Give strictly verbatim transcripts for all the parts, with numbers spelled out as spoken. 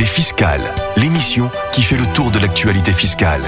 Les Fiscales, l'émission qui fait le tour de l'actualité fiscale.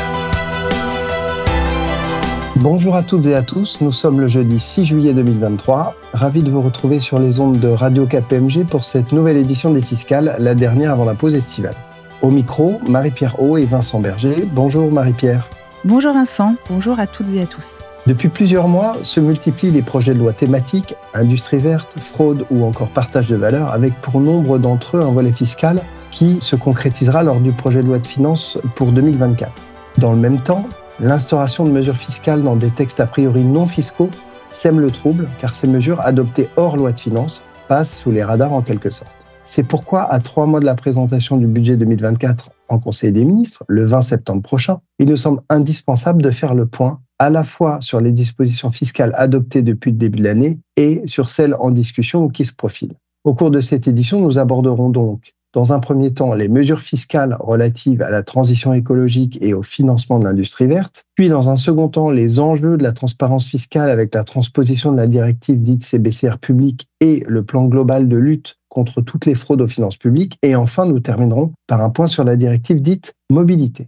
Bonjour à toutes et à tous, nous sommes le jeudi six juillet deux mille vingt-trois. Ravi de vous retrouver sur les ondes de Radio K P M G pour cette nouvelle édition des Fiscales, la dernière avant la pause estivale. Au micro, Marie-Pierre Haut et Vincent Berger. Bonjour Marie-Pierre. Bonjour Vincent, bonjour à toutes et à tous. Depuis plusieurs mois, se multiplient les projets de loi thématiques, industrie verte, fraude ou encore partage de valeur, avec pour nombre d'entre eux un volet fiscal qui se concrétisera lors du projet de loi de finances pour deux mille vingt-quatre. Dans le même temps, l'instauration de mesures fiscales dans des textes a priori non fiscaux sème le trouble, car ces mesures adoptées hors loi de finances passent sous les radars en quelque sorte. C'est pourquoi, à trois mois de la présentation du budget deux mille vingt-quatre en Conseil des ministres, le vingt septembre prochain, il nous semble indispensable de faire le point à la fois sur les dispositions fiscales adoptées depuis le début de l'année et sur celles en discussion ou qui se profilent. Au cours de cette édition, nous aborderons donc, dans un premier temps, les mesures fiscales relatives à la transition écologique et au financement de l'industrie verte, puis dans un second temps, les enjeux de la transparence fiscale avec la transposition de la directive dite C B C R public et le plan global de lutte contre toutes les fraudes aux finances publiques, et enfin, nous terminerons par un point sur la directive dite mobilité.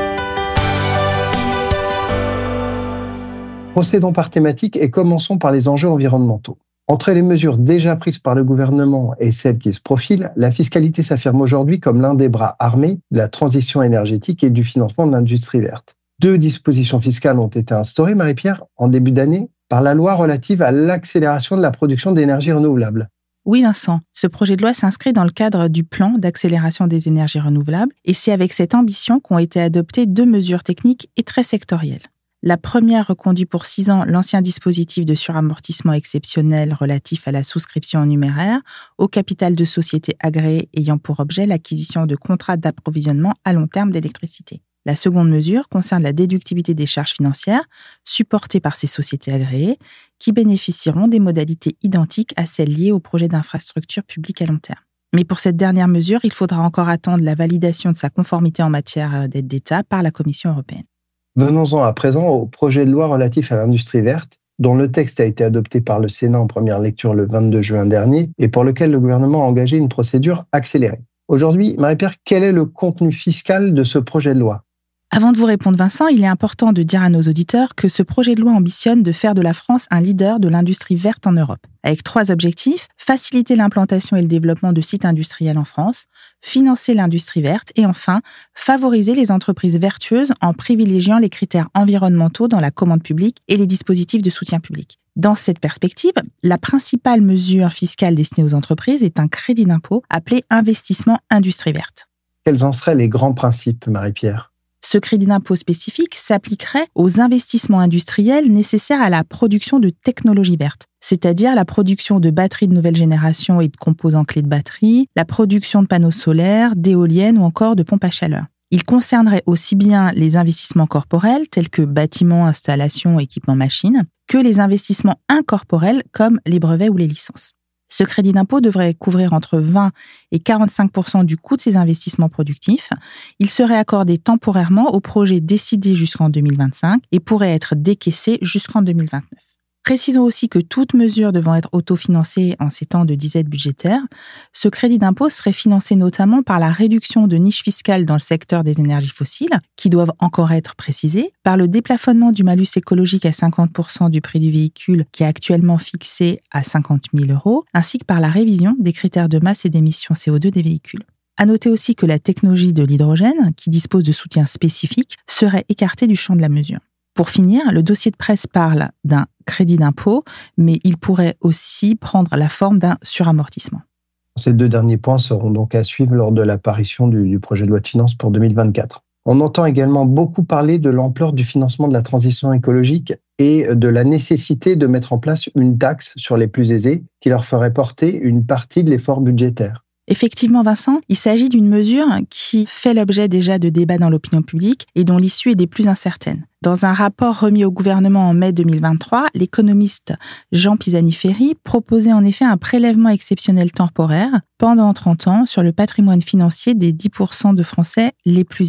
Procédons par thématique et commençons par les enjeux environnementaux. Entre les mesures déjà prises par le gouvernement et celles qui se profilent, la fiscalité s'affirme aujourd'hui comme l'un des bras armés de la transition énergétique et du financement de l'industrie verte. Deux dispositions fiscales ont été instaurées, Marie-Pierre, en début d'année, par la loi relative à l'accélération de la production d'énergies renouvelables. Oui Vincent, ce projet de loi s'inscrit dans le cadre du plan d'accélération des énergies renouvelables et c'est avec cette ambition qu'ont été adoptées deux mesures techniques et très sectorielles. La première reconduit pour six ans l'ancien dispositif de suramortissement exceptionnel relatif à la souscription en numéraire au capital de sociétés agréées ayant pour objet l'acquisition de contrats d'approvisionnement à long terme d'électricité. La seconde mesure concerne la déductibilité des charges financières supportées par ces sociétés agréées qui bénéficieront des modalités identiques à celles liées au projet d'infrastructure publique à long terme. Mais pour cette dernière mesure, il faudra encore attendre la validation de sa conformité en matière d'aide d'État par la Commission européenne. Venons-en à présent au projet de loi relatif à l'industrie verte, dont le texte a été adopté par le Sénat en première lecture le vingt-deux juin dernier et pour lequel le gouvernement a engagé une procédure accélérée. Aujourd'hui, Marie-Pierre, quel est le contenu fiscal de ce projet de loi ? Avant de vous répondre, Vincent, il est important de dire à nos auditeurs que ce projet de loi ambitionne de faire de la France un leader de l'industrie verte en Europe, avec trois objectifs: faciliter l'implantation et le développement de sites industriels en France, financer l'industrie verte et enfin, favoriser les entreprises vertueuses en privilégiant les critères environnementaux dans la commande publique et les dispositifs de soutien public. Dans cette perspective, la principale mesure fiscale destinée aux entreprises est un crédit d'impôt appelé investissement industrie verte. Quels en seraient les grands principes, Marie-Pierre ? Ce crédit d'impôt spécifique s'appliquerait aux investissements industriels nécessaires à la production de technologies vertes, c'est-à-dire la production de batteries de nouvelle génération et de composants clés de batterie, la production de panneaux solaires, d'éoliennes ou encore de pompes à chaleur. Il concernerait aussi bien les investissements corporels, tels que bâtiments, installations, équipements, machines, que les investissements incorporels, comme les brevets ou les licences. Ce crédit d'impôt devrait couvrir entre vingt et quarante-cinq pour cent du coût de ces investissements productifs. Il serait accordé temporairement aux projets décidés jusqu'en deux mille vingt-cinq et pourrait être décaissé jusqu'en deux mille vingt-neuf. Précisons aussi que toute mesure devant être autofinancée en ces temps de disette budgétaire, ce crédit d'impôt serait financé notamment par la réduction de niches fiscales dans le secteur des énergies fossiles, qui doivent encore être précisées, par le déplafonnement du malus écologique à cinquante pour cent du prix du véhicule, qui est actuellement fixé à cinquante mille euros, ainsi que par la révision des critères de masse et d'émissions C O deux des véhicules. À noter aussi que la technologie de l'hydrogène, qui dispose de soutien spécifique, serait écartée du champ de la mesure. Pour finir, le dossier de presse parle d'un crédit d'impôt, mais il pourrait aussi prendre la forme d'un suramortissement. Ces deux derniers points seront donc à suivre lors de l'apparition du, du projet de loi de finances pour deux mille vingt-quatre. On entend également beaucoup parler de l'ampleur du financement de la transition écologique et de la nécessité de mettre en place une taxe sur les plus aisés qui leur ferait porter une partie de l'effort budgétaire. Effectivement, Vincent, il s'agit d'une mesure qui fait l'objet déjà de débats dans l'opinion publique et dont l'issue est des plus incertaines. Dans un rapport remis au gouvernement en mai deux mille vingt-trois, l'économiste Jean Pisani-Ferry proposait en effet un prélèvement exceptionnel temporaire pendant trente ans sur le patrimoine financier des dix pour cent de Français les plus aisés.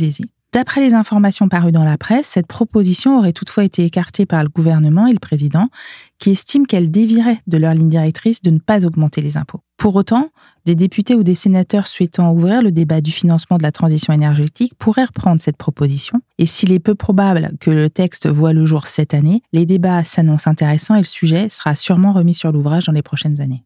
D'après les informations parues dans la presse, cette proposition aurait toutefois été écartée par le gouvernement et le président, qui estiment qu'elle dévierait de leur ligne directrice de ne pas augmenter les impôts. Pour autant, des députés ou des sénateurs souhaitant ouvrir le débat du financement de la transition énergétique pourraient reprendre cette proposition. Et s'il est peu probable que le texte voie le jour cette année, les débats s'annoncent intéressants et le sujet sera sûrement remis sur l'ouvrage dans les prochaines années.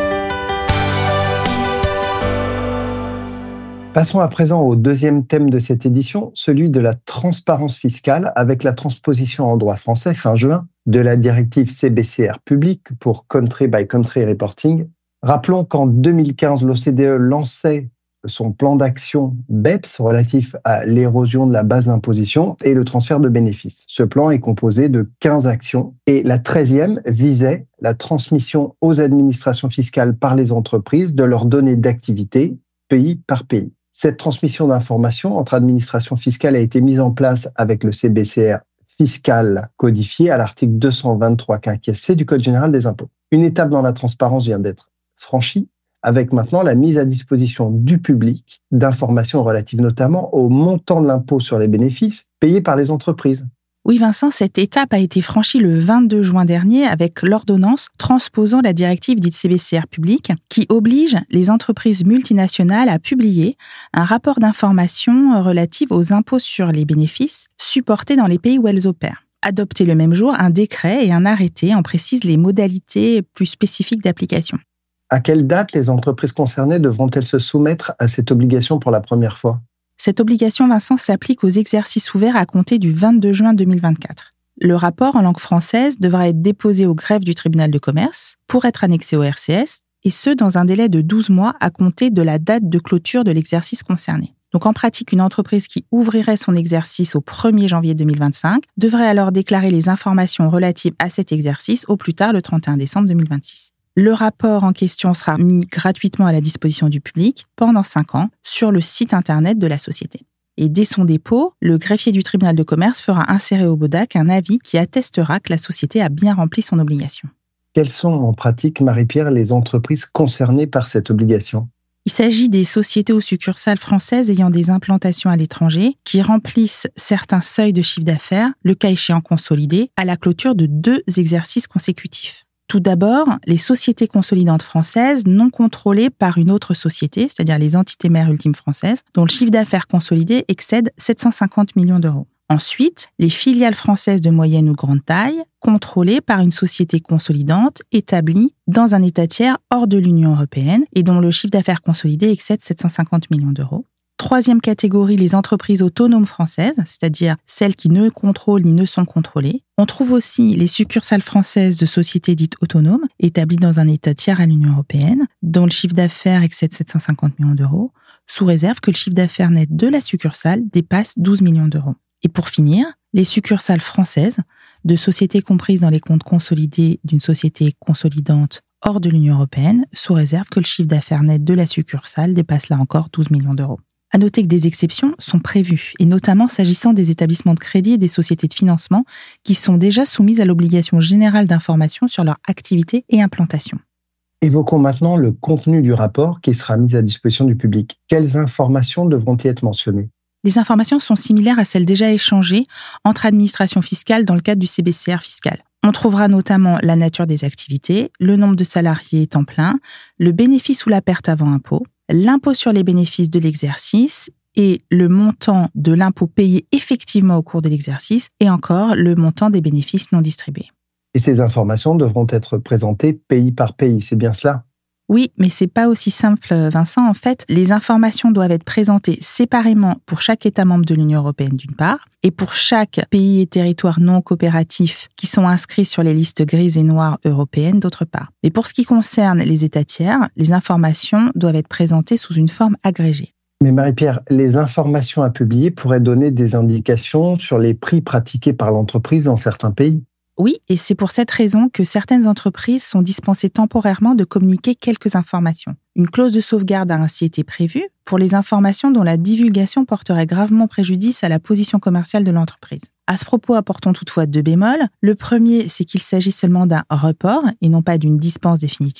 Passons à présent au deuxième thème de cette édition, celui de la transparence fiscale, avec la transposition en droit français fin juin de la directive C B C R public pour Country by Country Reporting. Rappelons qu'en deux mille quinze, l'O C D E lançait son plan d'action B E P S relatif à l'érosion de la base d'imposition et le transfert de bénéfices. Ce plan est composé de quinze actions et la treizième visait la transmission aux administrations fiscales par les entreprises de leurs données d'activité pays par pays. Cette transmission d'informations entre administrations fiscales a été mise en place avec le C B C R fiscal codifié à l'article deux cent vingt-trois quinquies C du Code général des impôts. Une étape dans la transparence vient d'être franchie, avec maintenant la mise à disposition du public d'informations relatives notamment au montant de l'impôt sur les bénéfices payés par les entreprises. Oui Vincent, cette étape a été franchie le vingt-deux juin dernier avec l'ordonnance transposant la directive dite C B C R public qui oblige les entreprises multinationales à publier un rapport d'information relatif aux impôts sur les bénéfices supportés dans les pays où elles opèrent. Adopté le même jour, un décret et un arrêté en précisent les modalités plus spécifiques d'application. À quelle date les entreprises concernées devront-elles se soumettre à cette obligation pour la première fois ? Cette obligation, Vincent, s'applique aux exercices ouverts à compter du vingt-deux juin deux mille vingt-quatre. Le rapport en langue française devra être déposé au greffe du tribunal de commerce pour être annexé au R C S, et ce, dans un délai de douze mois à compter de la date de clôture de l'exercice concerné. Donc en pratique, une entreprise qui ouvrirait son exercice au premier janvier deux mille vingt-cinq devrait alors déclarer les informations relatives à cet exercice au plus tard le trente et un décembre deux mille vingt-six. Le rapport en question sera mis gratuitement à la disposition du public pendant cinq ans sur le site internet de la société. Et dès son dépôt, le greffier du tribunal de commerce fera insérer au BODAC un avis qui attestera que la société a bien rempli son obligation. Quelles sont en pratique, Marie-Pierre, les entreprises concernées par cette obligation ? Il s'agit des sociétés ou succursales françaises ayant des implantations à l'étranger qui remplissent certains seuils de chiffre d'affaires, le cas échéant consolidé, à la clôture de deux exercices consécutifs. Tout d'abord, les sociétés consolidantes françaises non contrôlées par une autre société, c'est-à-dire les entités mères ultimes françaises, dont le chiffre d'affaires consolidé excède sept cent cinquante millions d'euros. Ensuite, les filiales françaises de moyenne ou grande taille, contrôlées par une société consolidante établie dans un État tiers hors de l'Union européenne et dont le chiffre d'affaires consolidé excède sept cent cinquante millions d'euros. Troisième catégorie, les entreprises autonomes françaises, c'est-à-dire celles qui ne contrôlent ni ne sont contrôlées. On trouve aussi les succursales françaises de sociétés dites autonomes, établies dans un État tiers à l'Union européenne, dont le chiffre d'affaires excède sept cent cinquante millions d'euros, sous réserve que le chiffre d'affaires net de la succursale dépasse douze millions d'euros. Et pour finir, les succursales françaises de sociétés comprises dans les comptes consolidés d'une société consolidante hors de l'Union européenne, sous réserve que le chiffre d'affaires net de la succursale dépasse là encore douze millions d'euros. À noter que des exceptions sont prévues, et notamment s'agissant des établissements de crédit et des sociétés de financement qui sont déjà soumises à l'obligation générale d'information sur leur activité et implantation. Évoquons maintenant le contenu du rapport qui sera mis à disposition du public. Quelles informations devront y être mentionnées ? Les informations sont similaires à celles déjà échangées entre administrations fiscales dans le cadre du C B C R fiscal. On trouvera notamment la nature des activités, le nombre de salariés temps plein, le bénéfice ou la perte avant impôt, l'impôt sur les bénéfices de l'exercice et le montant de l'impôt payé effectivement au cours de l'exercice et encore le montant des bénéfices non distribués. Et ces informations devront être présentées pays par pays, c'est bien cela ? Oui, mais c'est pas aussi simple, Vincent. En fait, les informations doivent être présentées séparément pour chaque État membre de l'Union européenne d'une part, et pour chaque pays et territoire non coopératif qui sont inscrits sur les listes grises et noires européennes d'autre part. Mais pour ce qui concerne les États tiers, les informations doivent être présentées sous une forme agrégée. Mais Marie-Pierre, les informations à publier pourraient donner des indications sur les prix pratiqués par l'entreprise dans certains pays. Oui, et c'est pour cette raison que certaines entreprises sont dispensées temporairement de communiquer quelques informations. Une clause de sauvegarde a ainsi été prévue pour les informations dont la divulgation porterait gravement préjudice à la position commerciale de l'entreprise. À ce propos, apportons toutefois deux bémols. Le premier, c'est qu'il s'agit seulement d'un report et non pas d'une dispense définitive.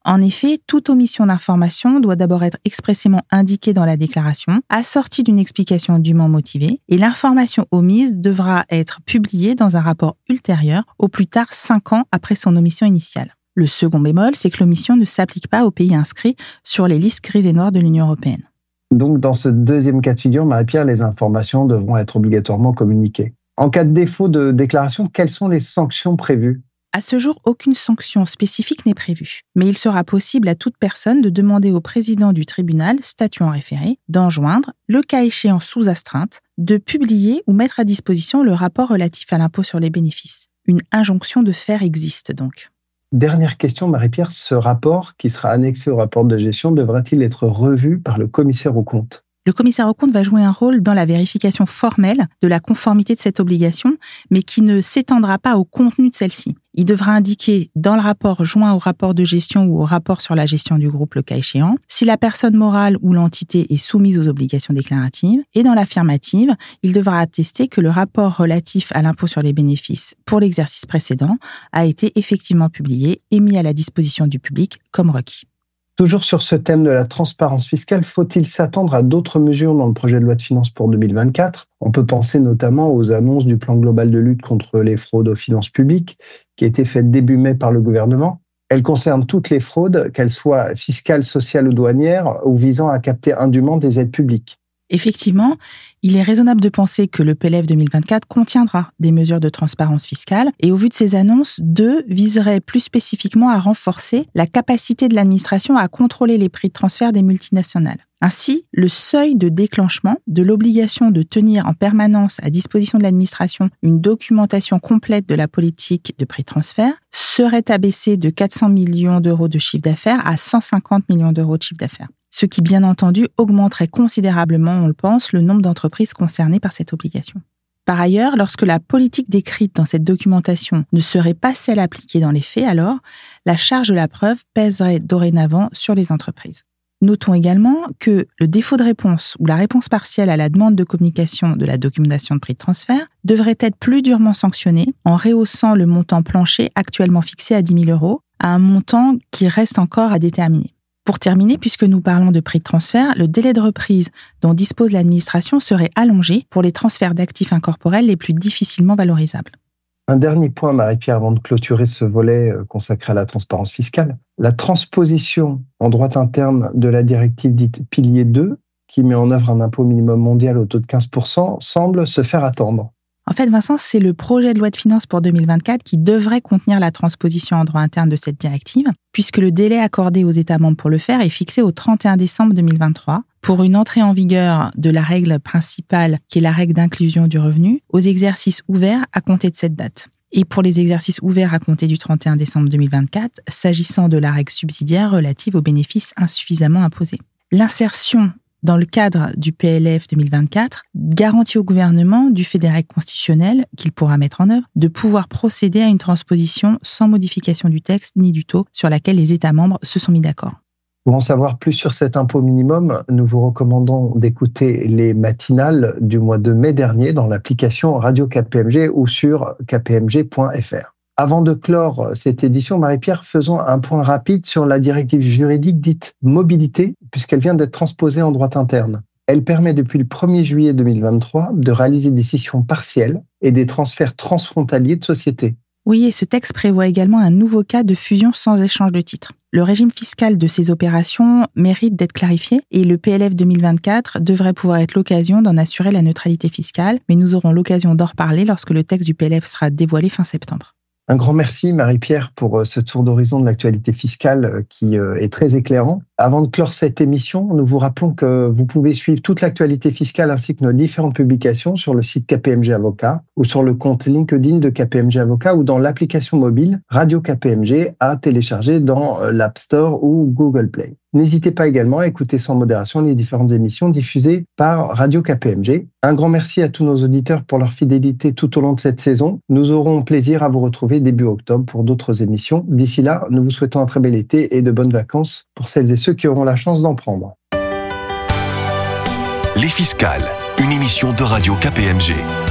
En effet, toute omission d'information doit d'abord être expressément indiquée dans la déclaration, assortie d'une explication dûment motivée, et l'information omise devra être publiée dans un rapport ultérieur, au plus tard cinq ans après son omission initiale. Le second bémol, c'est que l'omission ne s'applique pas aux pays inscrits sur les listes grises et noires de l'Union européenne. Donc, dans ce deuxième cas de figure, Marie-Pierre, les informations devront être obligatoirement communiquées. En cas de défaut de déclaration, quelles sont les sanctions prévues ? À ce jour, aucune sanction spécifique n'est prévue, mais il sera possible à toute personne de demander au président du tribunal, statuant en référé, d'enjoindre, le cas échéant sous astreinte, de publier ou mettre à disposition le rapport relatif à l'impôt sur les bénéfices. Une injonction de faire existe donc. Dernière question, Marie-Pierre, ce rapport qui sera annexé au rapport de gestion devra-t-il être revu par le commissaire aux comptes ? Le commissaire aux comptes va jouer un rôle dans la vérification formelle de la conformité de cette obligation, mais qui ne s'étendra pas au contenu de celle-ci. Il devra indiquer dans le rapport joint au rapport de gestion ou au rapport sur la gestion du groupe, le cas échéant, si la personne morale ou l'entité est soumise aux obligations déclaratives. Et dans l'affirmative, il devra attester que le rapport relatif à l'impôt sur les bénéfices pour l'exercice précédent a été effectivement publié et mis à la disposition du public comme requis. Toujours sur ce thème de la transparence fiscale, faut-il s'attendre à d'autres mesures dans le projet de loi de finances pour deux mille vingt-quatre ? On peut penser notamment aux annonces du plan global de lutte contre les fraudes aux finances publiques, qui a été faite début mai par le gouvernement. Elles concernent toutes les fraudes, qu'elles soient fiscales, sociales ou douanières, ou visant à capter indûment des aides publiques. Effectivement, il est raisonnable de penser que le P L F deux mille vingt-quatre contiendra des mesures de transparence fiscale et au vu de ces annonces, deux viseraient plus spécifiquement à renforcer la capacité de l'administration à contrôler les prix de transfert des multinationales. Ainsi, le seuil de déclenchement de l'obligation de tenir en permanence à disposition de l'administration une documentation complète de la politique de prix de transfert serait abaissé de quatre cents millions d'euros de chiffre d'affaires à cent cinquante millions d'euros de chiffre d'affaires. Ce qui, bien entendu, augmenterait considérablement, on le pense, le nombre d'entreprises concernées par cette obligation. Par ailleurs, lorsque la politique décrite dans cette documentation ne serait pas celle appliquée dans les faits, alors la charge de la preuve pèserait dorénavant sur les entreprises. Notons également que le défaut de réponse ou la réponse partielle à la demande de communication de la documentation de prix de transfert devrait être plus durement sanctionné en rehaussant le montant plancher actuellement fixé à dix mille euros à un montant qui reste encore à déterminer. Pour terminer, puisque nous parlons de prix de transfert, le délai de reprise dont dispose l'administration serait allongé pour les transferts d'actifs incorporels les plus difficilement valorisables. Un dernier point, Marie-Pierre, avant de clôturer ce volet consacré à la transparence fiscale. La transposition en droit interne de la directive dite Pilier deux, qui met en œuvre un impôt minimum mondial au taux de quinze pour cent, semble se faire attendre. En fait, Vincent, c'est le projet de loi de finances pour deux mille vingt-quatre qui devrait contenir la transposition en droit interne de cette directive, puisque le délai accordé aux États membres pour le faire est fixé au trente et un décembre deux mille vingt-trois, pour une entrée en vigueur de la règle principale, qui est la règle d'inclusion du revenu, aux exercices ouverts à compter de cette date. Et pour les exercices ouverts à compter du trente et un décembre deux mille vingt-quatre, s'agissant de la règle subsidiaire relative aux bénéfices insuffisamment imposés. L'insertion dans le cadre du P L F deux mille vingt-quatre, garantit au gouvernement, du fait des règles constitutionnelles qu'il pourra mettre en œuvre, de pouvoir procéder à une transposition sans modification du texte ni du taux sur laquelle les États membres se sont mis d'accord. Pour en savoir plus sur cet impôt minimum, nous vous recommandons d'écouter les matinales du mois de mai dernier dans l'application Radio K P M G ou sur k p m g point f r. Avant de clore cette édition, Marie-Pierre, faisons un point rapide sur la directive juridique dite mobilité, puisqu'elle vient d'être transposée en droit interne. Elle permet depuis le premier juillet deux mille vingt-trois de réaliser des scissions partielles et des transferts transfrontaliers de sociétés. Oui, et ce texte prévoit également un nouveau cas de fusion sans échange de titres. Le régime fiscal de ces opérations mérite d'être clarifié et le P L F deux mille vingt-quatre devrait pouvoir être l'occasion d'en assurer la neutralité fiscale, mais nous aurons l'occasion d'en reparler lorsque le texte du P L F sera dévoilé fin septembre. Un grand merci Marie-Pierre pour ce tour d'horizon de l'actualité fiscale qui est très éclairant. Avant de clore cette émission, nous vous rappelons que vous pouvez suivre toute l'actualité fiscale ainsi que nos différentes publications sur le site K P M G Avocat ou sur le compte LinkedIn de K P M G Avocat ou dans l'application mobile Radio K P M G à télécharger dans l'App Store ou Google Play. N'hésitez pas également à écouter sans modération les différentes émissions diffusées par Radio K P M G. Un grand merci à tous nos auditeurs pour leur fidélité tout au long de cette saison. Nous aurons plaisir à vous retrouver début octobre pour d'autres émissions. D'ici là, nous vous souhaitons un très bel été et de bonnes vacances pour celles et ceux qui auront la chance d'en prendre. Les Fiscales, une émission de Radio K P M G.